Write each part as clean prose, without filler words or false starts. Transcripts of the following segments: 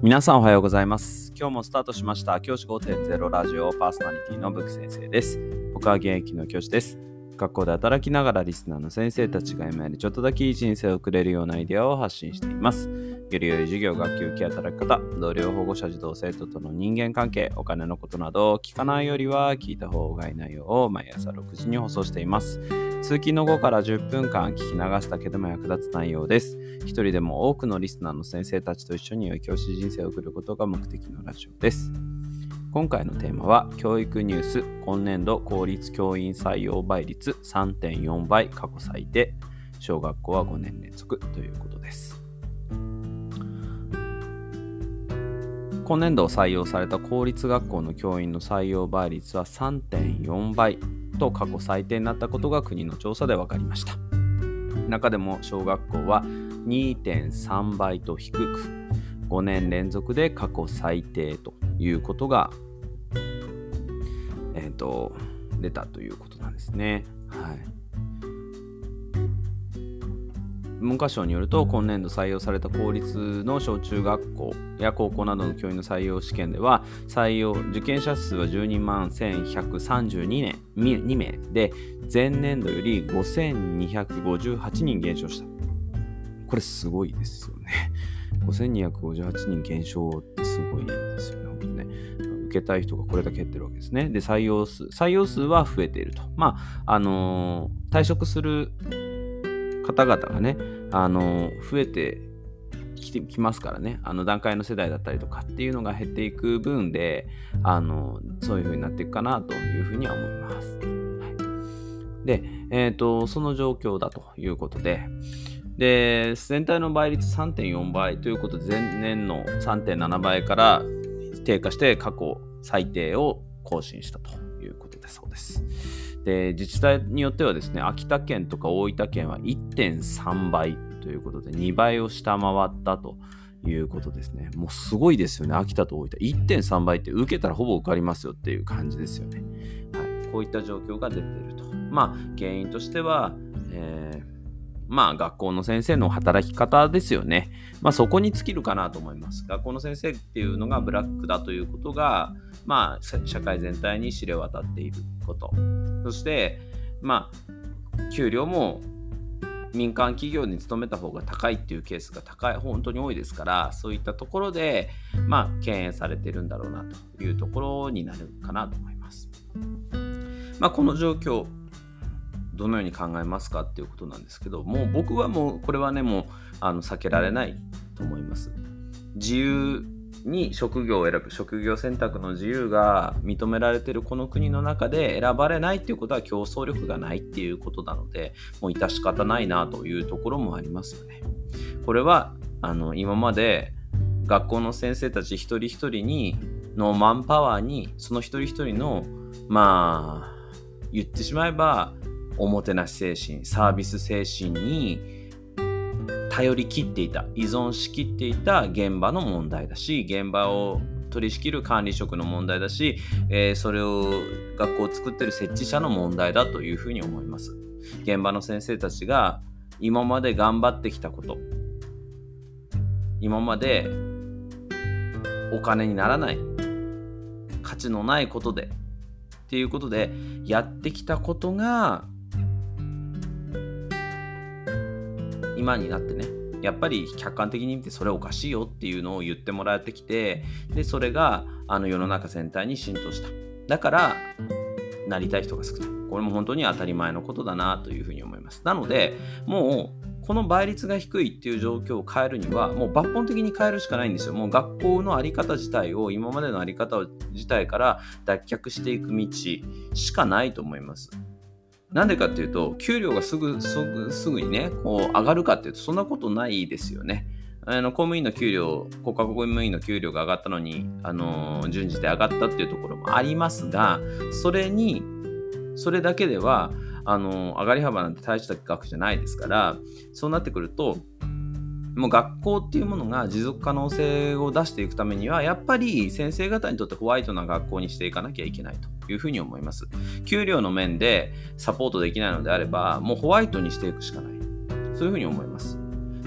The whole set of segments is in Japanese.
皆さんおはようございます。今日もスタートしました教師 5.0 ラジオパーソナリティのブク先生です。僕は現役の教師です。学校で働きながらリスナーの先生たちが今よりちょっとだけいい人生を送れるようなアイデアを発信しています。より良い授業、学級、受け働き方、同僚、保護者、児童、生徒との人間関係、お金のことなど聞かないよりは聞いた方がいい内容を毎朝6時に放送しています。通勤の後から10分間聞き流したけども役立つ内容です。一人でも多くのリスナーの先生たちと一緒に良い教師人生を送ることが目的のラジオです。今回のテーマは教育ニュース今年度公立教員採用倍率 3.4 倍過去最低、小学校は5年連続ということです。今年度採用された公立学校の教員の採用倍率は 3.4 倍と過去最低になったことが国の調査で分かりました。中でも小学校は 2.3 倍と低く5年連続で過去最低ということが、出たということなんですね。はい。文科省によると今年度採用された公立の小中学校や高校などの教員の採用試験では受験者数は12万1132名で前年度より5258人減少した。これすごいですよね。5258人減少ってすごいですよね。本当にね。受けたい人がこれだけ減ってるわけですね。で、採用数は増えていると。退職する方々がね、増えてきますからね、段階の世代だったりとかっていうのが減っていく分で、そういう風になっていくかなというふうには思います。はい、で、その状況だということで、全体の倍率 3.4 倍ということで、前年の 3.7 倍から低下して過去最低を更新したということでそうです。で、自治体によってはですね、秋田県とか大分県は 1.3 倍ということで2倍を下回ったということですね。もうすごいですよね。秋田と大分 1.3 倍って受けたらほぼ受かりますよっていう感じですよね。はい、こういった状況が出ていると。原因としては、学校の先生の働き方ですよね。そこに尽きるかなと思います。学校の先生っていうのがブラックだということが、社会全体に知れ渡っていること。そして、給料も民間企業に勤めた方が高いっていうケースが本当に多いですから、そういったところで、敬遠されてるんだろうなというところになるかなと思います。この状況、どのように考えますかっていうことなんですけど、もう僕はもうこれはね、もう避けられないと思います。自由に職業を選ぶ、職業選択の自由が認められているこの国の中で選ばれないっていうことは競争力がないっていうことなので、もう致し方ないなというところもありますよね。これは今まで学校の先生たち一人一人のマンパワーに、その一人一人の言ってしまえばおもてなし精神、サービス精神に頼り切っていた、依存しきっていた現場の問題だし、現場を取り仕切る管理職の問題だし、それを学校を作っている設置者の問題だというふうに思います。現場の先生たちが今まで頑張ってきたこと、今までお金にならない、価値のないことでっていうことでやってきたことが今になってね、やっぱり客観的に見てそれおかしいよっていうのを言ってもらってきて、でそれが世の中全体に浸透した。だからなりたい人が少ない。これも本当に当たり前のことだなというふうに思います。なのでもうこの倍率が低いっていう状況を変えるにはもう抜本的に変えるしかないんですよ。もう学校のあり方自体を、今までのあり方自体から脱却していく道しかないと思います。なんでかっていうと、給料がすぐにね上がるかっていうとそんなことないですよね。公務員の給料、国家公務員の給料が上がったのに順次で上がったっていうところもありますが、それだけでは上がり幅なんて大した額じゃないですから、そうなってくるともう学校っていうものが持続可能性を出していくためには、やっぱり先生方にとってホワイトな学校にしていかなきゃいけないというふうに思います。給料の面でサポートできないのであれば、もうホワイトにしていくしかない、そういうふうに思います。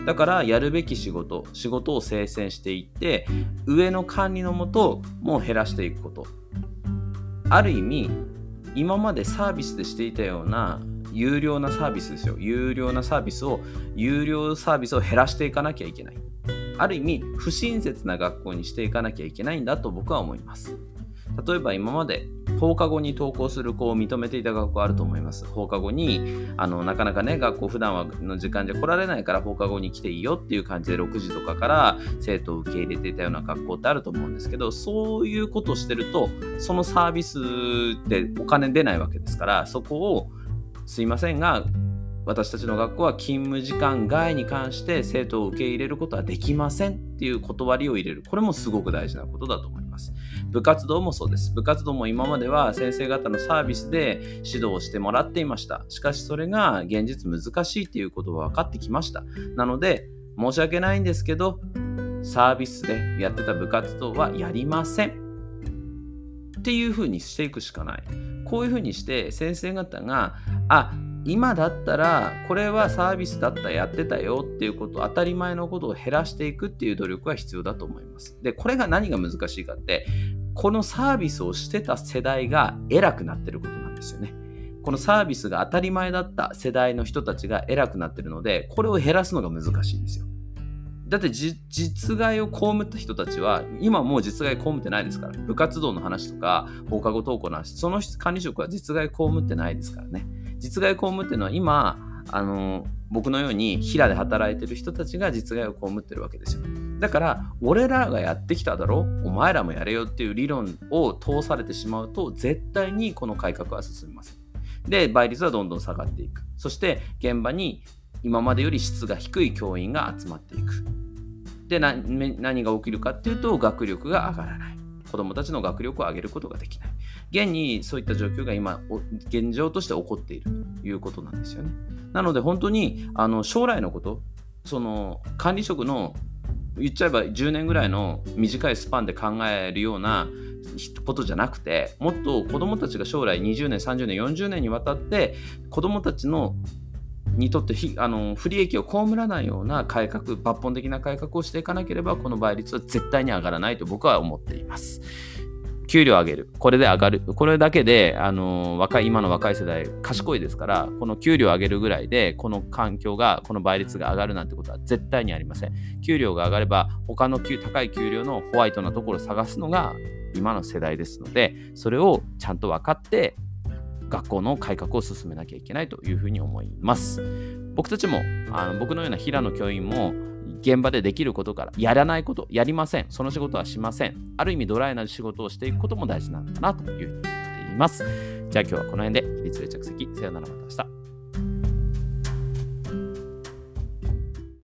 だからやるべき仕事を精選していって、上の管理のもともう減らしていくこと。ある意味今までサービスでしていたような有料なサービスですよ。有料サービスを減らしていかなきゃいけない。ある意味不親切な学校にしていかなきゃいけないんだと僕は思います。例えば今まで放課後に登校する子を認めていた学校あると思います。放課後になかなかね、学校普段の時間じゃ来られないから放課後に来ていいよっていう感じで6時とかから生徒を受け入れていたような学校ってあると思うんですけど、そういうことをしてるとそのサービスでお金出ないわけですから、そこをすいませんが私たちの学校は勤務時間外に関して生徒を受け入れることはできませんっていう断りを入れる。これもすごく大事なことだと思います。部活動もそうです。部活動も今までは先生方のサービスで指導をしてもらっていました。しかしそれが現実難しいっていうことが分かってきました。なので申し訳ないんですけど、サービスでやってた部活動はやりませんっていうふうにしていくしかない。こういうふうにして先生方が今だったらこれはサービスだったらやってたよっていうこと、当たり前のことを減らしていくっていう努力が必要だと思います。で、これが何が難しいかって、このサービスをしてた世代が偉くなってることなんですよね。このサービスが当たり前だった世代の人たちが偉くなってるので、これを減らすのが難しいんですよ。だって実害を被った人たちは今もう実害被ってないですから。部活動の話とか放課後登校の話、その管理職は実害被ってないですからね。実害を被ってるのは今僕のように平で働いてる人たちが実害を被ってるわけですよ。だから俺らがやってきただろ、お前らもやれよっていう理論を通されてしまうと絶対にこの改革は進みません。で、倍率はどんどん下がっていく。そして現場に今までより質が低い教員が集まっていく。で、何が起きるかっていうと、学力が上がらない。子どもたちの学力を上げることができない。現にそういった状況が今現状として起こっているということなんですよね。なので本当に将来のこと、その管理職の言っちゃえば10年ぐらいの短いスパンで考えるようなことじゃなくて、もっと子どもたちが将来20年30年40年にわたって子どもたちにとって不利益を被らないような改革、抜本的な改革をしていかなければこの倍率は絶対に上がらないと僕は思っています。給料を上げる、これで上がる、これだけで今の若い世代賢いですから、この給料を上げるぐらいでこの環境が、この倍率が上がるなんてことは絶対にありません。給料が上がれば他の高い給料のホワイトなところを探すのが今の世代ですので、それをちゃんと分かって学校の改革を進めなきゃいけないというふうに思います。僕たちも僕のような平野教員も現場でできることからやらないこと、やりません。その仕事はしません。ある意味ドライな仕事をしていくことも大事なのかなというふうに思っています。じゃあ今日はこの辺で起立で着席。さよなら、また明日。